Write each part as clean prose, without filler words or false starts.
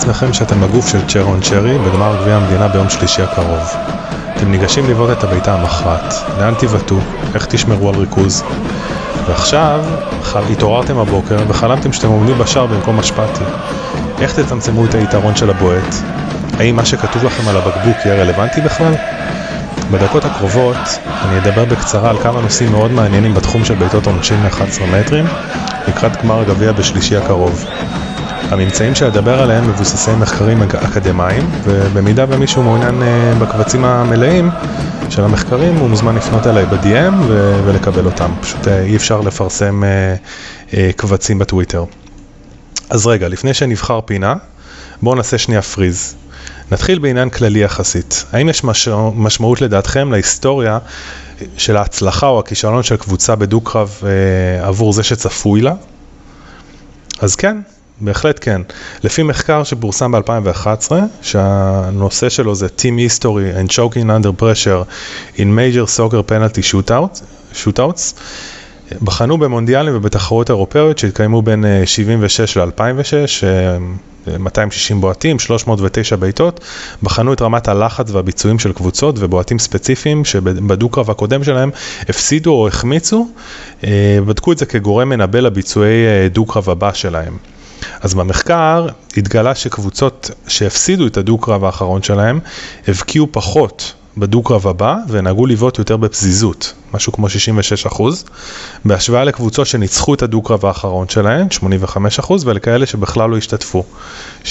לעצמכם שאתם בגוף של צ'רון צ'רי בגמר גביע המדינה ביום שלישי הקרוב. אתם ניגשים לבעוט את הביתה המכרעת. לאן תיבטו? איך תשמרו על ריכוז? ועכשיו התעוררתם הבוקר וחלמתם שאתם עומדים בשער במקום השפעתי. איך תצמצמו את היתרון של הבועט? האם מה שכתוב לכם על הבקבוק יהיה רלוונטי בכלל? בדקות הקרובות אני אדבר בקצרה על כמה נושאים מאוד מעניינים בתחום של בעיטות עונשין מ-11 מטרים לקראת גמר הגביע בשלישי הקרוב. הממצאים שאדבר עליהם מבוססי מחקרים אקדמיים, ובמידה ומישהו מעוניין בקבצים המלאים של המחקרים הוא מוזמן לפנות אליי ב-DM ולקבל אותם. פשוט אי אפשר לפרסם קבצים בטוויטר. אז רגע, לפני שנבחר פינה, בואו נעשה שנייה פריז. נתחיל בעניין כללי יחסית. האם יש משמעות לדעתכם להיסטוריה של ההצלחה או הכישלון של קבוצה בדו-קרב עבור זה שצפוי לה? אז כן, בהחלט כן. לפי מחקר שפורסם ב-2011, שהנושא שלו זה Team History and Choking Under Pressure in Major Soccer Penalty Shootouts, בחנו במונדיאלים ובתחרות אירופאיות שהתקיימו בין 76 ל-2006, 260 בועטים, 309 בעיטות, בחנו את רמת הלחץ והביצועים של קבוצות ובועטים ספציפיים שבדו-קרב הקודם שלהם הפסידו או החמיצו, בדקו את זה כגורם מנבא לביצועי דו-קרב הבא שלהם. אז במחקר התגלה שקבוצות שהפסידו את הדו-קרב האחרון שלהם הבקיעו פחות בדו-קרב הבא ונהגו לבעוט יותר בפזיזות, משהו כמו 66%, בהשוואה לקבוצות שניצחו את הדו-קרב האחרון שלהם, 85%, ולכאלה שבכלל לא השתתפו, 76%.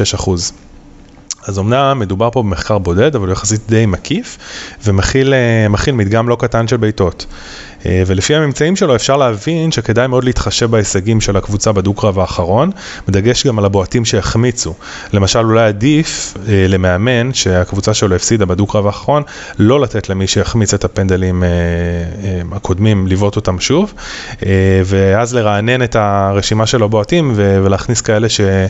אז אמנם מדובר פה במחקר בודד, אבל הוא יחסית די מקיף, ומכיל מדגם לא קטן של בעיטות. ולפי הממצאים שלו אפשר להבין שכדאי מאוד להתחשב בהישגים של הקבוצה בדו-קרב האחרון, בדגש גם על הבועטים שהחמיצו. למשל, אולי עדיף למאמן שהקבוצה שלו הפסידה בדו-קרב האחרון, לא לתת למי שהחמיץ את הפנדלים הקודמים, לבעוט אותם שוב, ואז לרענן את הרשימה של הבועטים ולהכניס כאלה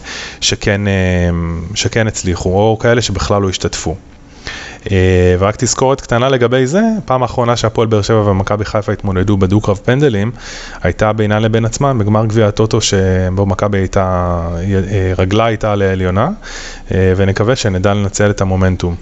שכן הצליחו, או כאלה שבכלל לא השתתפו. ורק תזכורת קטנה לגבי זה, פעם האחרונה שהפועל באר שבע ומכבי חיפה התמודדו בדו-קרב פנדלים, הייתה בינן לבין עצמן בגמר גביע הטוטו שבו מכבי רגלה הייתה לעליונה, ונקווה שנדע לנצל את המומנטום.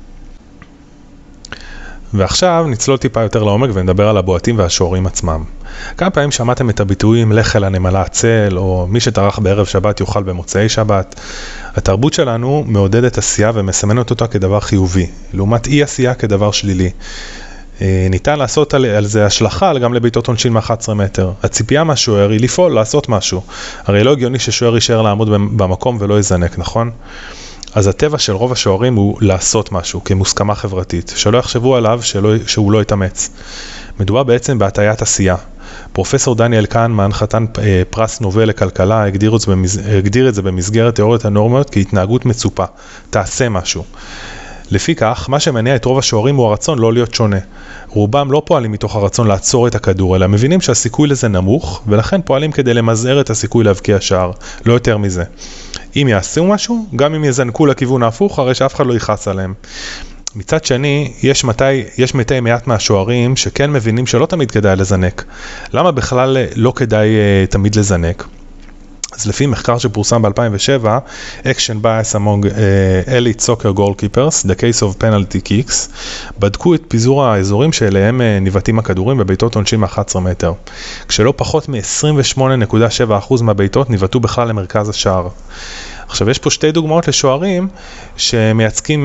ועכשיו נצלול טיפה יותר לעומק ונדבר על הבועטים והשוערים עצמם. כמה פעמים שמעתם את הביטויים לך אל הנמלה הצל, או מי שטרח בערב שבת יוכל במוצאי שבת. התרבות שלנו מעודדת עשייה ומסמנת אותה כדבר חיובי, לעומת אי עשייה כדבר שלילי. ניתן לעשות על זה השלכה גם לבעיטות עונשין מ-11 מטר. הציפייה מהשוער היא לפעול, לעשות משהו. הרי לא הגיוני ששוער יישאר לעמוד במקום ולא יזנק, נכון? אז הטבע של רוב השוערים הוא לעשות משהו כמוסכמה חברתית, שלא יחשבו עליו שהוא לא יתאמץ. מדובר בעצם בהטיית עשייה. פרופסור דניאל קהנמן, חתן פרס נובל לכלכלה, הגדיר את זה במסגרת תיאוריות הנורמות כהתנהגות מצופה. תעשה משהו. לפי כך, מה שמניע את רוב השוערים הוא הרצון לא להיות שונה. רובם לא פועלים מתוך הרצון לעצור את הכדור, אלא מבינים שהסיכוי לזה נמוך, ולכן פועלים כדי למזער את הסיכוי להבקיע שער, לא יותר מזה. אם יעשו משהו, גם אם יזנקו לכיוון ההפוך, הרי שאף אחד לא יכעס עליהם. מצד שני, יש מתי מעט מהשוערים שכן מבינים שלא תמיד כדאי לזנק. למה בכלל לא כדאי תמיד לזנק? אז לפי מחקר שפורסם ב-2007, Action Bias Among Elite Soccer Goalkeepers, The Case of Penalty Kicks, בדקו את פיזור האזורים שאליהם ניבטים הכדורים בבעיטות עונשין מ-11 מטר, כשלא פחות מ-28.7% מהבעיטות ניבטו בכלל למרכז השער. עכשיו, יש פה שתי דוגמאות לשוערים שמייצגים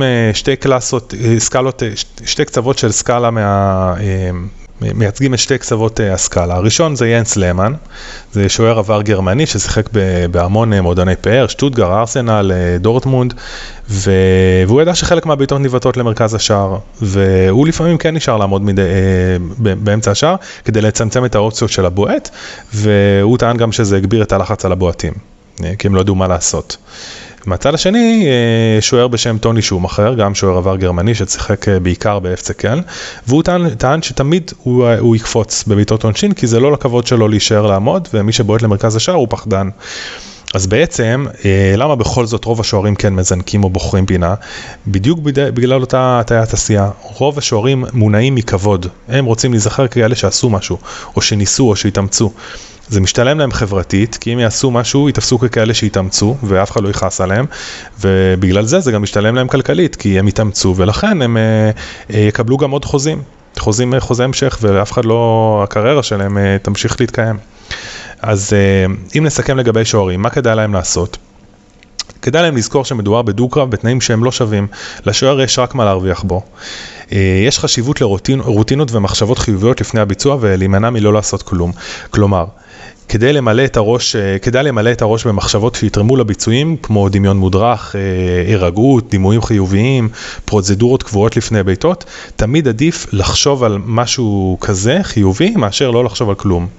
שתי קצוות של סקאלה מייצגים את שתי קצוות הסקאלה. הראשון זה ינס למן, זה שוער עבר גרמני ששיחק בהמון מועדוני פאר, שטוטגר, ארסנל, דורטמונד, והוא ידע שחלק מהבעיטות ניבטות למרכז השער, והוא לפעמים כן נשאר לעמוד באמצע השער כדי לצמצם את האופציות של הבועט, והוא טען גם שזה הגביר את הלחץ על הבועטים, כי הם לא ידעו מה לעשות. מהצד השני, שוער בשם טוני שומאחר, גם שוער עבר גרמני ששיחק בעיקר באפצה קלן, והוא טען שתמיד הוא יקפוץ בבעיטות עונשין, כי זה לא לכבוד שלו להישאר לעמוד, ומי שבועט למרכז השער הוא פחדן. אז בעצם, למה בכל זאת רוב השוערים כן מזנקים או בוחרים פינה? בדיוק בגלל אותה הטיית עשייה. רוב השוערים מונעים מכבוד. הם רוצים להיזכר כאלה שעשו משהו, או שניסו, או שהתאמצו. זה משתלם להם חברתית, כי אם יעשו משהו, יתפסו ככאלה שיתאמצו, ואף אחד לא יכעס עליהם, ובגלל זה גם משתלם להם כלכלית, כי הם יתאמצו, ולכן הם יקבלו גם עוד חוזי המשך, ואף אחד לא, הקריירה שלהם תמשיך להתקיים. אז אם נסכם לגבי שוערים, מה כדאי להם לעשות? כדאי להם לזכור שמדובר בדו-קרב בתנאים שהם לא שווים. לשוער יש רק מה להרוויח בו. יש חשיבות לרוטינות ומחשבות חיוביות לפני הביצוע ולהימנע מלא לעשות כלום. כלומר, כדאי למלא את הראש במחשבות שיתרמו לביצועים, כמו דמיון מודרך, הירגעות, דימויים חיוביים, פרוצדורות קבועות לפני ביתות, תמיד עדיף לחשוב על משהו כזה חיובי, מאשר לא לחשוב על כלום.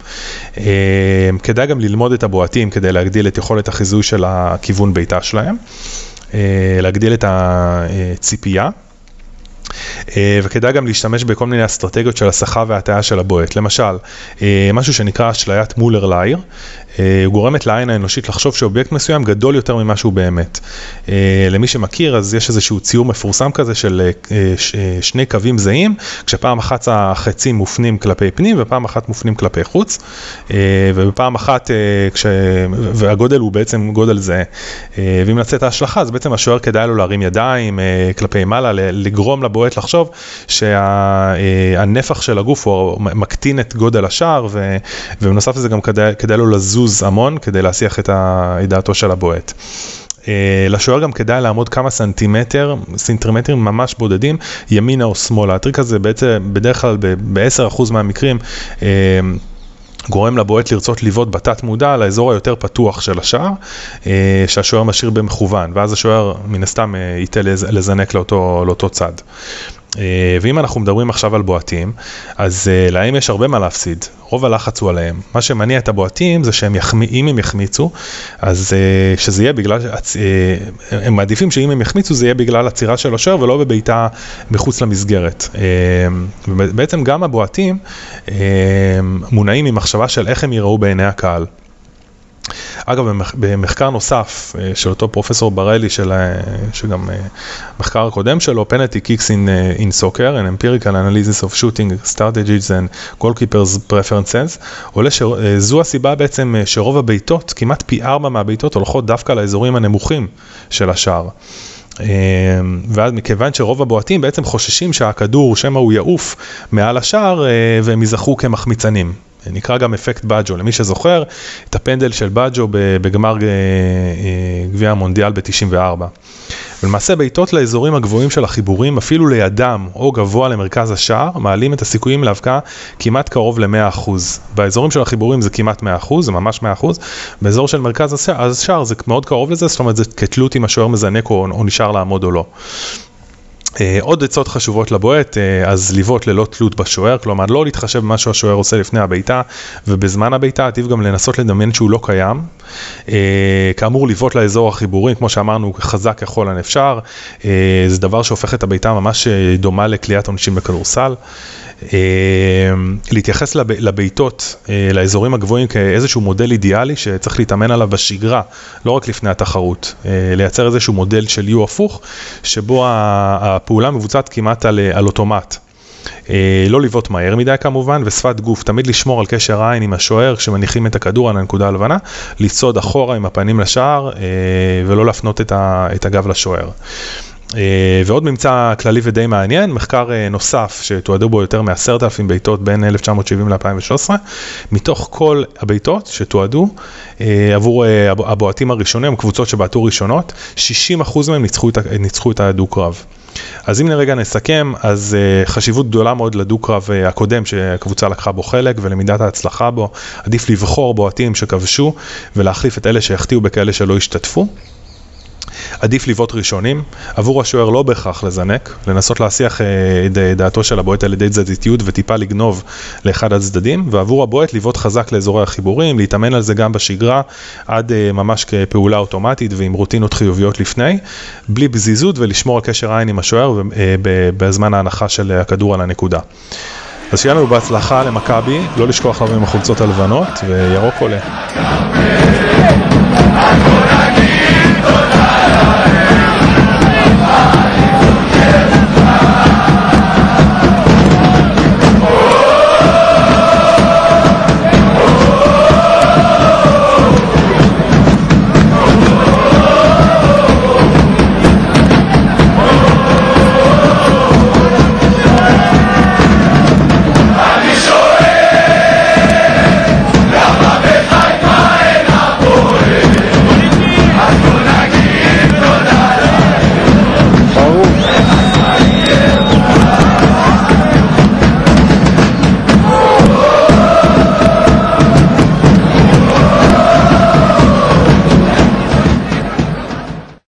כדאי גם ללמוד את הבועטים, כדי להגדיל את יכולת החיזוי של הכיוון ביתה שלהם, להגדיל את הציפייה, וכדאי גם להשתמש בכל מיני אסטרטגיות של הסחה והטעיה של הבועט. למשל, משהו שנקרא אשליית מולר-לייר, גורמת לעין האנושית לחשוב שאובייקט מסוים גדול יותר ממה שהוא באמת. למי שמכיר, אז יש איזשהו ציור מפורסם כזה של שני קווים זהים, כשפעם אחת החצים מופנים כלפי פנים, ופעם אחת מופנים כלפי חוץ, ובפעם אחת, והגודל הוא בעצם גודל זה. ואם נצא את ההשלכה, אז בעצם השוער כדאי לו להרים ידיים כלפי מעלה, לגרום לבועט לחשוב שהנפח של הגוף הוא מקטין את גודל השער, ובנוסף לזה גם כדאי לו לזוז המון כדי להסיח את דעתו של הבועט. לשוער גם כדאי לעמוד כמה סנטימטרים ממש בודדים, ימינה או שמאלה. הטריק הזה בעצם בדרך כלל ב-10% מהמקרים גורם לבועט לרצות לבעוט בתת מודע לאזור היותר פתוח של השער, שהשוער משאיר במכוון, ואז השוער מן הסתם ייתה לזנק לאותו צד. ואם אנחנו מדברים עכשיו על בועטים, אז להם יש הרבה מה להפסיד, רוב הלחץ הוא עליהם. מה שמניע את הבועטים זה שהם אם הם יחמיצו, אז שזה יהיה בגלל, הם מעדיפים שאם הם יחמיצו זה יהיה בגלל הצירה של השוער ולא בביתה מחוץ למסגרת. בעצם גם הבועטים מונעים ממחשבה של איך הם יראו בעיני הקהל. אגב, במחקר נוסף של אותו פרופסור ברלי, שגם מחקר הקודם שלו, Penalty Kicks in Soccer, an empirical analysis of shooting strategies and goalkeepers preferences, עולה שזו הסיבה בעצם שרוב הבעיטות, כמעט פי 4 מהבעיטות, הולכות דווקא לאזורים הנמוכים של השער. ואז מכיוון שרוב הבועטים בעצם חוששים שהכדור שמא הוא יעוף מעל השער, והם יזכו כמחמיצנים. נקרא גם אפקט בג'ו, למי שזוכר את הפנדל של בג'ו בגמר גביע המונדיאל ב-94. ולמעשה בעיטות לאזורים הגבוהים של החיבורים, אפילו לידם או גבוה למרכז השער, מעלים את הסיכויים להבקעה כמעט קרוב ל-100%. באזורים של החיבורים זה כמעט 100%, זה ממש 100%. באזור של מרכז השער זה מאוד קרוב לזה, זאת אומרת זה כתלות אם השוער מזנק או נשאר לעמוד או לא. עוד עצות חשובות לבועט, אז לבעוט ללא תלות בשוער, כלומר לא להתחשב במה שהשוער עושה לפני הביתה, ובזמן הביתה עדיף גם לנסות לדמיין שהוא לא קיים. כאמור לבעוט לאזור החיבורים, כמו שאמרנו, חזק ככל האפשר, זה דבר שהופך את הביתה ממש דומה לקליעת עונשים בכדורסל. להתייחס לביתות, לאזורים הגבוהים כאיזשהו מודל אידיאלי שצריך להתאמן עליו בשגרה, לא רק לפני התחרות, לייצר איזשהו מודל של יו הפוך, שבו הפעולה מבוצעת כמעט על אוטומט. לא לבעוט מהר מדי כמובן, ושפת גוף, תמיד לשמור על קשר עין עם השוער כשמניחים את הכדור על הנקודה הלבנה, לצעוד אחורה עם הפנים לשער ולא להפנות את הגב לשוער. ועוד ממצא כללי ודי מעניין, מחקר נוסף שתועדו בו יותר מ10,000 בעיטות בין 1970 ל-2013, מתוך כל הבעיטות שתועדו עבור הבועטים הראשונים, קבוצות שבעטו ראשונות, 60% מהם ניצחו את הדו-קרב. אז אם לרגע נסכם, אז חשיבות גדולה מאוד לדו-קרב הקודם שהקבוצה לקחה בו חלק ולמידת ההצלחה בו, עדיף לבחור בועטים שכבשו ולהחליף את אלה שהחטיאו בכאלה שלא השתתפו. עדיף לבעוט ראשונים, עבור השוער לא בהכרח לזנק, לנסות להסיח את דעתו של הבועט על ידי תזזיתיות וטיפה לגנוב לאחד הצדדים, ועבור הבועט לבעוט חזק לאזורי החיבורים, להתאמן על זה גם בשגרה, עד ממש כפעולה אוטומטית ועם רוטינות חיוביות לפני, בלי בזיזות ולשמור על קשר עין עם השוער בזמן ההנחה של הכדור על הנקודה. אז שיהיה לנו בהצלחה למכבי, לא לשכוח לבוא עם החולצות הלבנות, וירוק עולה.